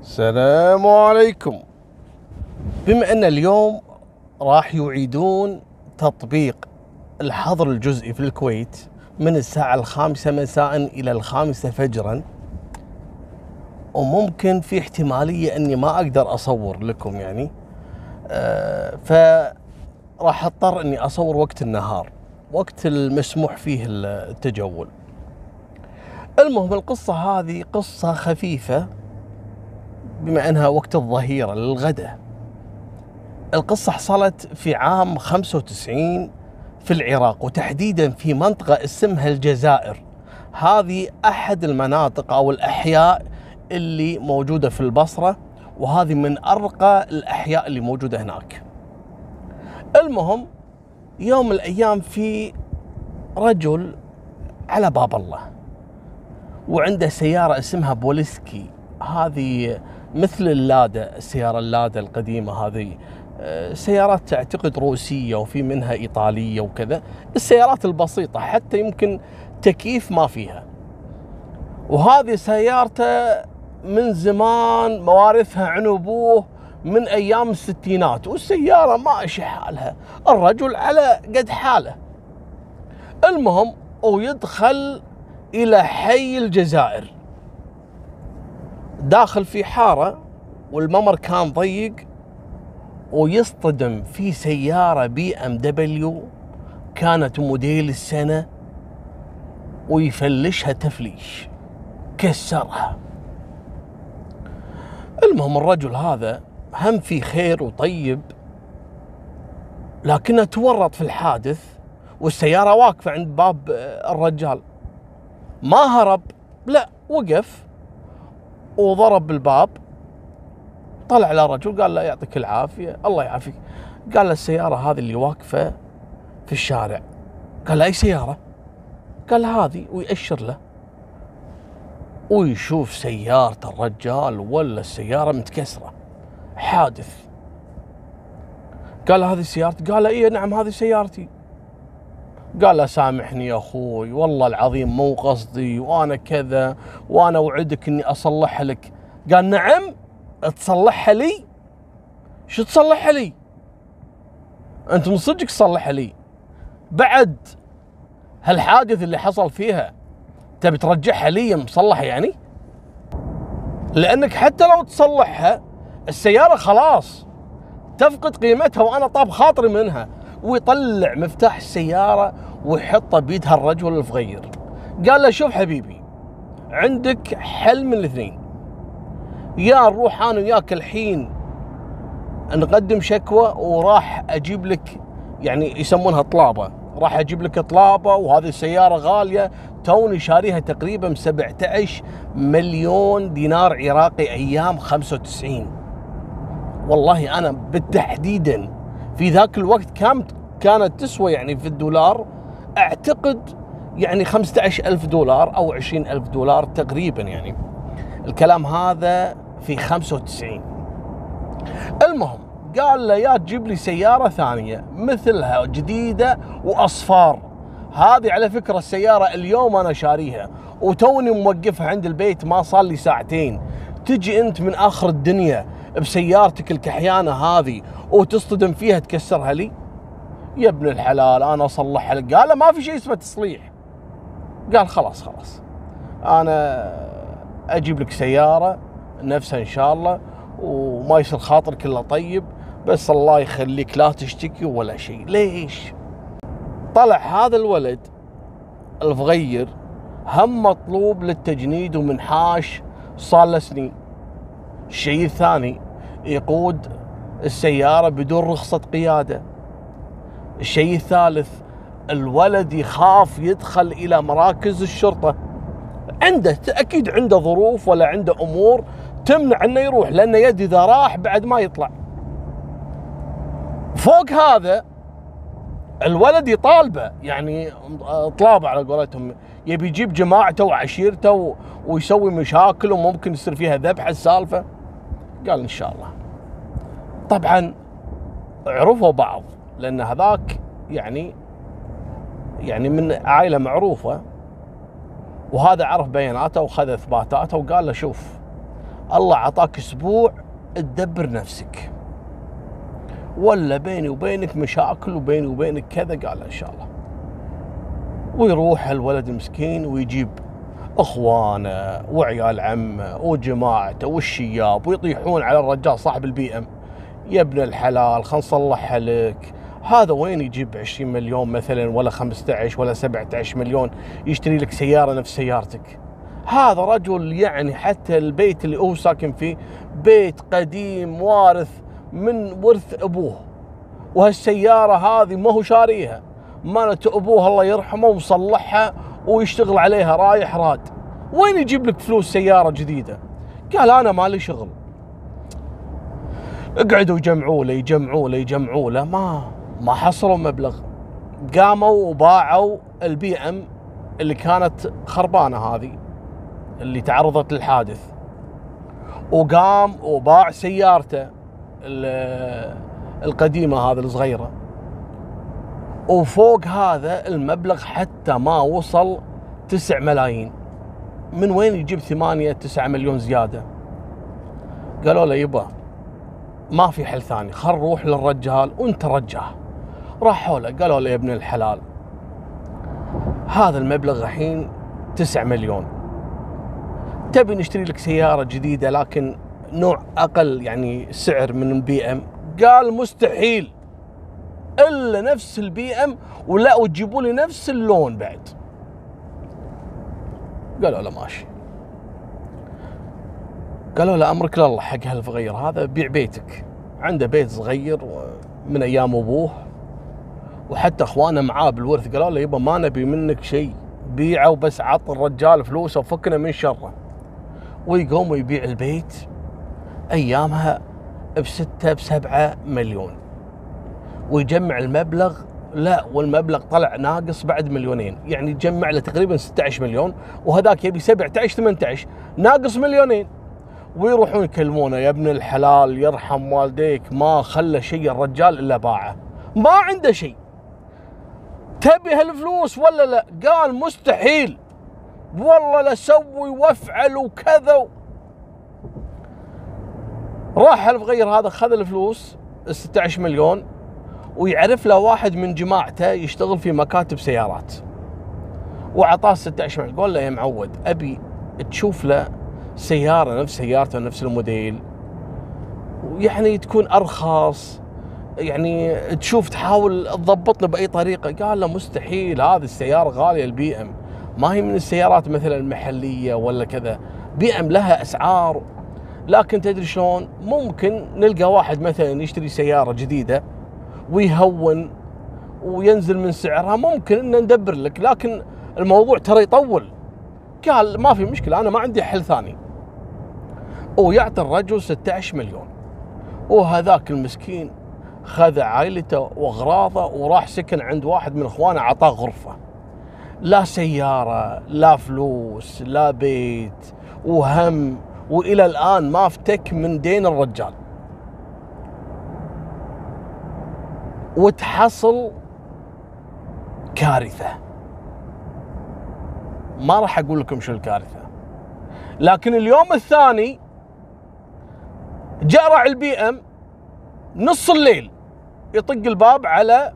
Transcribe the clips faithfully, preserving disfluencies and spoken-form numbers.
السلام عليكم. بما أن اليوم راح يعيدون تطبيق الحظر الجزئي في الكويت من الساعة الخامسة مساء إلى الخامسة فجرا، وممكن في احتمالية أني ما أقدر أصور لكم يعني آه فراح أضطر أني أصور وقت النهار، وقت المسموح فيه التجول. المهم القصة هذه قصة خفيفة بما أنها وقت الظهيرة للغداء. القصة حصلت في عام خمسة وتسعين في العراق، وتحديدا في منطقة اسمها الجزائر. هذه أحد المناطق أو الأحياء اللي موجودة في البصرة، وهذه من أرقى الأحياء اللي موجودة هناك. المهم يوم من الأيام في رجل على باب الله وعنده سيارة اسمها بوليسكي، هذه مثل اللادا، السيارة اللادا القديمة هذه، سيارات اعتقد روسية وفي منها ايطالية وكذا، السيارات البسيطة حتى يمكن تكييف ما فيها. وهذه سيارته من زمان، موارثها عن ابوه من ايام الستينات، والسيارة ماشي حالها، الرجل على قد حاله. المهم ويدخل الى حي الجزائر، داخل في حارة والممر كان ضيق، ويصطدم في سيارة بي ام دبليو كانت موديل السنة، ويفلشها تفليش، كسرها. المهم الرجل هذا هم في خير وطيب، لكنه تورط في الحادث، والسيارة واقفة عند باب الرجال، ما هرب، لا وقف وضرب بالباب. طلع على رجل قال له يعطيك العافية، الله يعافيك. قال له السيارة هذه اللي واقفة في الشارع. قال له أي سيارة؟ قال له هذه، ويأشر له، ويشوف سيارة الرجال ولا السيارة متكسرة، حادث. قال له هذه سيارتي؟ قال له إيه نعم هذه سيارتي. قال له سامحني يا أخوي، والله العظيم مو قصدي، وأنا كذا، وأنا أوعدك إني أصلحها لك. قال نعم تصلحها لي؟ شو تصلحها لي؟ أنت من صدقك تصلحها لي؟ بعد هالحادث اللي حصل فيها تبي ترجعها لي مصلحة يعني؟ لأنك حتى لو تصلحها السيارة خلاص تفقد قيمتها، وأنا طاب خاطري منها. ويطلع مفتاح السيارة ويحطه بيدها الرجل الصغير. قال له شوف حبيبي، عندك حل من الاثنين، يا نروح انا وياك الحين نقدم شكوى وراح اجيب لك، يعني يسمونها طلابه، راح اجيب لك طلابه، وهذه السياره غاليه توني شاريها تقريبا ب سبعة عشر مليون دينار عراقي ايام خمسة وتسعين. والله انا بالتحديدا في ذاك الوقت كانت كانت تسوى يعني في الدولار اعتقد يعني خمسة عشر ألف دولار او عشرين ألف دولار تقريبا، يعني الكلام هذا في خمسة وتسعين. المهم قال له يا تجيب لي سيارة ثانية مثلها جديدة وأصفار. هذه على فكرة السيارة اليوم أنا شاريها وتوني موقفها عند البيت، ما صار لي ساعتين. تجي أنت من آخر الدنيا بسيارتك الكحيانة هذه وتصطدم فيها تكسرها لي؟ يا ابن الحلال أنا أصلحها لك. قال له ما في شيء اسمه تصليح. قال خلاص خلاص أنا أجيب لك سيارة نفسها إن شاء الله، وما يصير خاطرك إلا طيب، بس الله يخليك لا تشتكي ولا شيء. ليش؟ طلع هذا الولد الصغير هم مطلوب للتجنيد ومنحاش صار له سنين. الشيء الثاني يقود السيارة بدون رخصة قيادة. الشيء الثالث الولد يخاف يدخل إلى مراكز الشرطة، عنده أكيد عنده ظروف ولا عنده أمور تمنع أنه يروح، لأنه يدري إذا راح بعد ما يطلع. فوق هذا الولد يطالبه، يعني طلابه على قولتهم، يبي يجيب جماعته وعشيرته ويسوي مشاكل وممكن يصير فيها ذبح السالفة. قال إن شاء الله. طبعا عرفوا بعض، لأن هذاك يعني يعني من عائلة معروفة، وهذا عرف بياناته وخذ اثباتاته، وقال له شوف الله عطاك اسبوع تدبر نفسك، ولا بيني وبينك مشاكل وبيني وبينك كذا. قال ان شاء الله. ويروح الولد المسكين ويجيب اخوانه وعيال عمه وجماعته والشياب ويطيحون على الرجال صاحب البي ام: يا ابن الحلال خل نصلحها لك. هذا وين يجيب عشرين مليون مثلا ولا خمسة عشر ولا سبعة عشر مليون يشتري لك سياره نفس سيارتك؟ هذا رجل يعني حتى البيت اللي هو ساكن فيه بيت قديم وارث من ورث ابوه، وهالسياره هذه ما هو شاريها، مالت ابوه الله يرحمه ومصلحها ويشتغل عليها رايح راد. وين يجيب لك فلوس سياره جديده؟ قال انا مالي شغل. اقعدوا يجمعوا له يجمعوا له يجمعوا له ما ما حصلوا مبلغ. قاموا وباعوا البي ام اللي كانت خربانه هذه اللي تعرضت للحادث، وقام وباع سيارته القديمه هذه الصغيره، وفوق هذا المبلغ حتى ما وصل تسع ملايين. من وين يجيب ثمانية تسعة مليون زياده؟ قالوا له يبا ما في حل ثاني، خل نروح للرجال وانت رجاه. راحوا له قالوا له يا ابن الحلال هذا المبلغ الحين تسعة مليون، تبي نشتري لك سياره جديده لكن نوع اقل يعني سعر من البي ام؟ قال مستحيل الا نفس البي ام، ولا وتجيبوا لي نفس اللون بعد. قالوا له ماشي. قالوا له امرك لله حق هالفغير هذا، بيع بيتك، عنده بيت صغير من ايام ابوه وحتى اخوانه معاه بالورث. قالوا له يبا ما نبي منك شيء، بيعه وبس عط الرجال فلوسه وفكنا من شره. ويقوم ويبيع البيت ايامها بستة بسبعة مليون، ويجمع المبلغ، لا والمبلغ طلع ناقص بعد مليونين، يعني يجمع له تقريبا ستة عشر مليون، وهذاك يبي سبعة عشر ثمانية عشر، ناقص مليونين. ويروحون يكلمونه: يا ابن الحلال يرحم والديك ما خلى شيء الرجال الا باعه، ما عنده شيء، تبي هالفلوس ولا لا؟ قال مستحيل والله لسوي وافعل وكذا. راح الفغير هذا خذ الفلوس ستة عشر مليون، ويعرف له واحد من جماعته يشتغل في مكاتب سيارات، وعطاه ستة عشر مليون. قال له يا معود ابي تشوف له سياره نفس سيارته نفس الموديل، ويعني تكون ارخص، يعني تشوف تحاول تضبطنا باي طريقه. قال له مستحيل، هذه السياره غاليه البي ام، ما هي من السيارات مثلا المحليه ولا كذا، بي ام لها اسعار. لكن تدري شلون؟ ممكن نلقى واحد مثلا يشتري سياره جديده ويهون وينزل من سعرها، ممكن ان ندبر لك، لكن الموضوع ترى يطول. قال ما في مشكله، انا ما عندي حل ثاني. ويعطي الرجل ستة عشر مليون، وهذاك المسكين خذ عائلته واغراضه وراح سكن عند واحد من اخوانه، اعطاه غرفه، لا سياره لا فلوس لا بيت، وهم، والى الان ما افتك من دين الرجال. وتحصل كارثه، ما راح اقول لكم شو الكارثه، لكن اليوم الثاني جاء راعي البي ام نص الليل يطق الباب على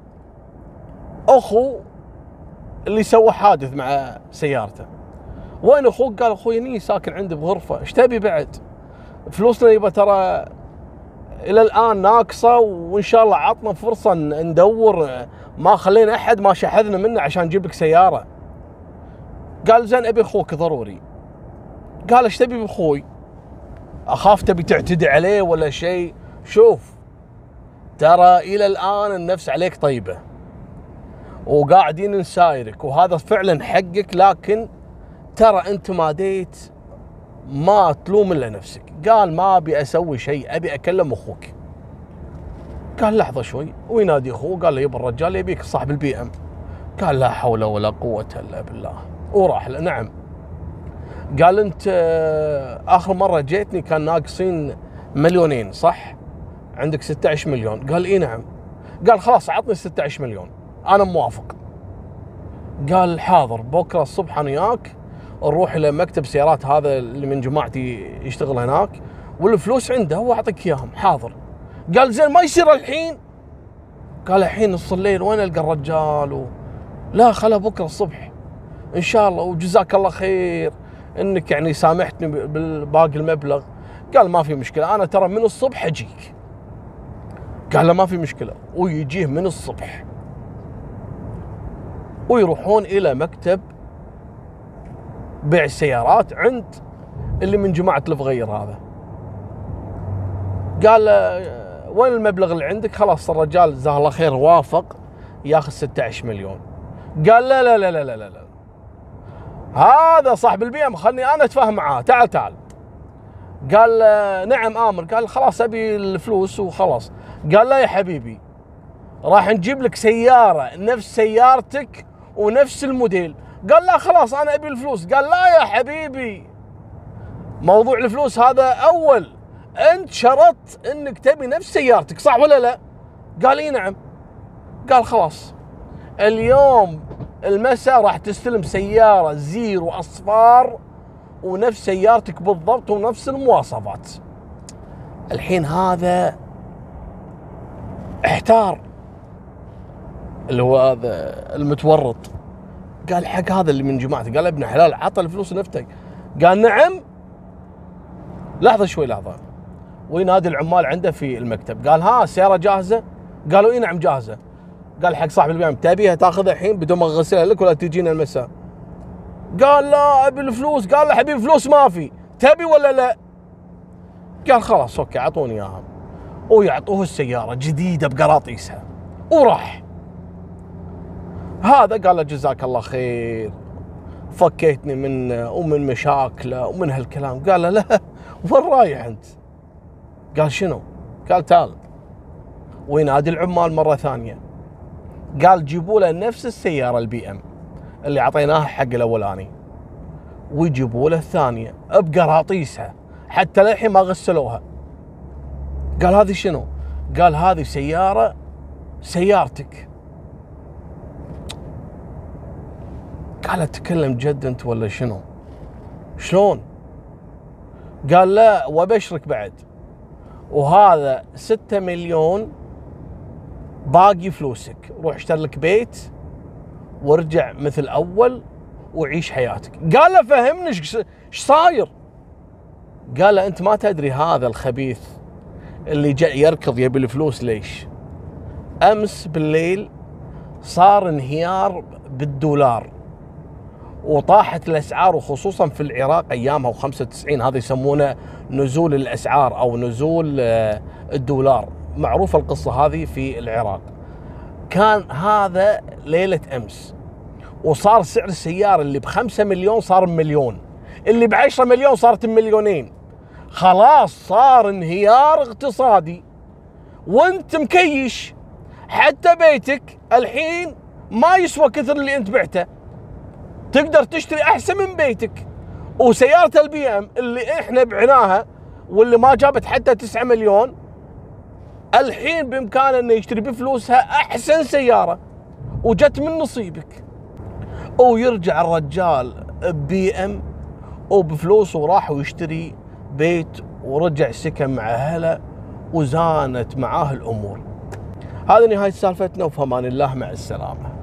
اخو اللي سوى حادث مع سيارته. وين اخوك؟ قال اخوي هني ساكن عندي بغرفه، ايش تبي بعد؟ فلوسنا يبا ترى الى الان ناقصه، وان شاء الله عطنا فرصه ندور، ما خلينا احد ما شحذنا منه عشان نجيب لك سياره. قال زين ابي اخوك ضروري. قال ايش تبي باخوي؟ اخاف تبي تعتدي عليه ولا شيء. شوف ترى الى الان النفس عليك طيبه وقاعدين نسايرك وهذا فعلا حقك، لكن ترى انت ما ديت ما تلوم الا نفسك. قال ما ابي اسوي شيء، ابي اكلم اخوك. قال لحظه شوي، وينادي اخوه قال له يبا الرجال يبيك صاحب البي ام. قال لا حول ولا قوه الا بالله، وراح له. نعم. قال انت اخر مره جيتني كان ناقصين مليونين صح؟ عندك ستة عشر مليون. قال اي نعم. قال خلاص عطني ستة عشر مليون انا موافق. قال حاضر، بكره الصبح انا وياك نروح الى مكتب سيارات هذا اللي من جماعتي يشتغل هناك، والفلوس عنده هو اعطيك اياهم حاضر. قال زين ما يصير الحين؟ قال الحين نص الليل وين القى الرجال و... لا خله بكره الصبح ان شاء الله، وجزاك الله خير انك يعني سامحتني بالباقي المبلغ. قال ما في مشكله، انا ترى من الصبح اجيك. قال له ما في مشكله، ويجيه من الصبح ويروحون الى مكتب بيع السيارات عند اللي من جماعه الفغير هذا. قال له وين المبلغ اللي عندك؟ خلاص الرجال جزاه الله خير وافق ياخذ ستة عشر مليون. قال لا لا لا لا لا لا, لا. هذا صاحب البي ام خلني انا اتفاهم معاه، تعال تعال. قال نعم امر. قال خلاص ابي الفلوس وخلاص. قال لا يا حبيبي راح نجيب لك سياره نفس سيارتك ونفس الموديل. قال لا خلاص انا ابي الفلوس. قال لا يا حبيبي موضوع الفلوس هذا اول، انت شرطت انك تبي نفس سيارتك صح ولا لا؟ قال اي نعم. قال خلاص اليوم المساء راح تستلم سياره زيرو اصفار ونفس سيارتك بالضبط ونفس المواصفات. الحين هذا احتار اللي هو هذا المتورط. قال حق هذا اللي من جماعته، قال ابن حلال عطى الفلوس لنفتك. قال نعم. لحظه شوي لحظه، وينادي العمال عنده في المكتب. قال ها السياره جاهزه؟ قالوا اي نعم جاهزه. قال حق صاحب البيان تبيها تاخذها الحين بدون ما اغسلها لك ولا تجينا المساء؟ قال لا ابي الفلوس. قال له حبيبي فلوس ما في، تبي ولا لا؟ قال خلاص اوكي اعطوني اياها. ويعطوه السياره جديده بقراطيسها وراح. هذا قال له جزاك الله خير فكيتني منه ومن مشاكله ومن هالكلام. قال له لا وين رايح انت؟ قال شنو؟ قال تعال. وينادي العمال مره ثانيه. قال جيبوا له نفس السياره البي ام اللي اعطيناها حق الاولاني، ويجيبوا له الثانيه بقراطيسها حتى للحين ما غسلوها. قال هذه شنو؟ قال هذه سياره سيارتك. قال اتكلم جد انت ولا شنو؟ شلون؟ قال لا وبشرك بعد، وهذا ستة مليون باقي فلوسك، روح اشتري لك بيت وارجع مثل اول وعيش حياتك. قال له فهمني ايش صاير؟ قال له انت ما تدري هذا الخبيث اللي جاء يركض يبي الفلوس ليش؟ امس بالليل صار انهيار بالدولار وطاحت الاسعار، وخصوصا في العراق ايامها وخمسة وتسعين هذا يسمونه نزول الاسعار او نزول الدولار، معروفه القصه هذه في العراق. كان هذا ليله امس، وصار سعر السياره اللي بخمسة مليون صار بمليون، اللي بعشرة مليون صارت بمليونين. خلاص صار انهيار اقتصادي، وانت مكيش حتى بيتك الحين ما يسوى كثر اللي انت بعته، تقدر تشتري احسن من بيتك. وسياره البي ام اللي احنا بعناها واللي ما جابت حتى تسعة مليون الحين بامكانه انه يشتري بفلوسها احسن سياره وجت من نصيبك. ويرجع الرجال بي ام وبفلوسه وراح ويشتري بيت ورجع سكن مع اهله وزانت معاه الامور. هذا نهايه سالفتنا، وفي امان الله، مع السلامه.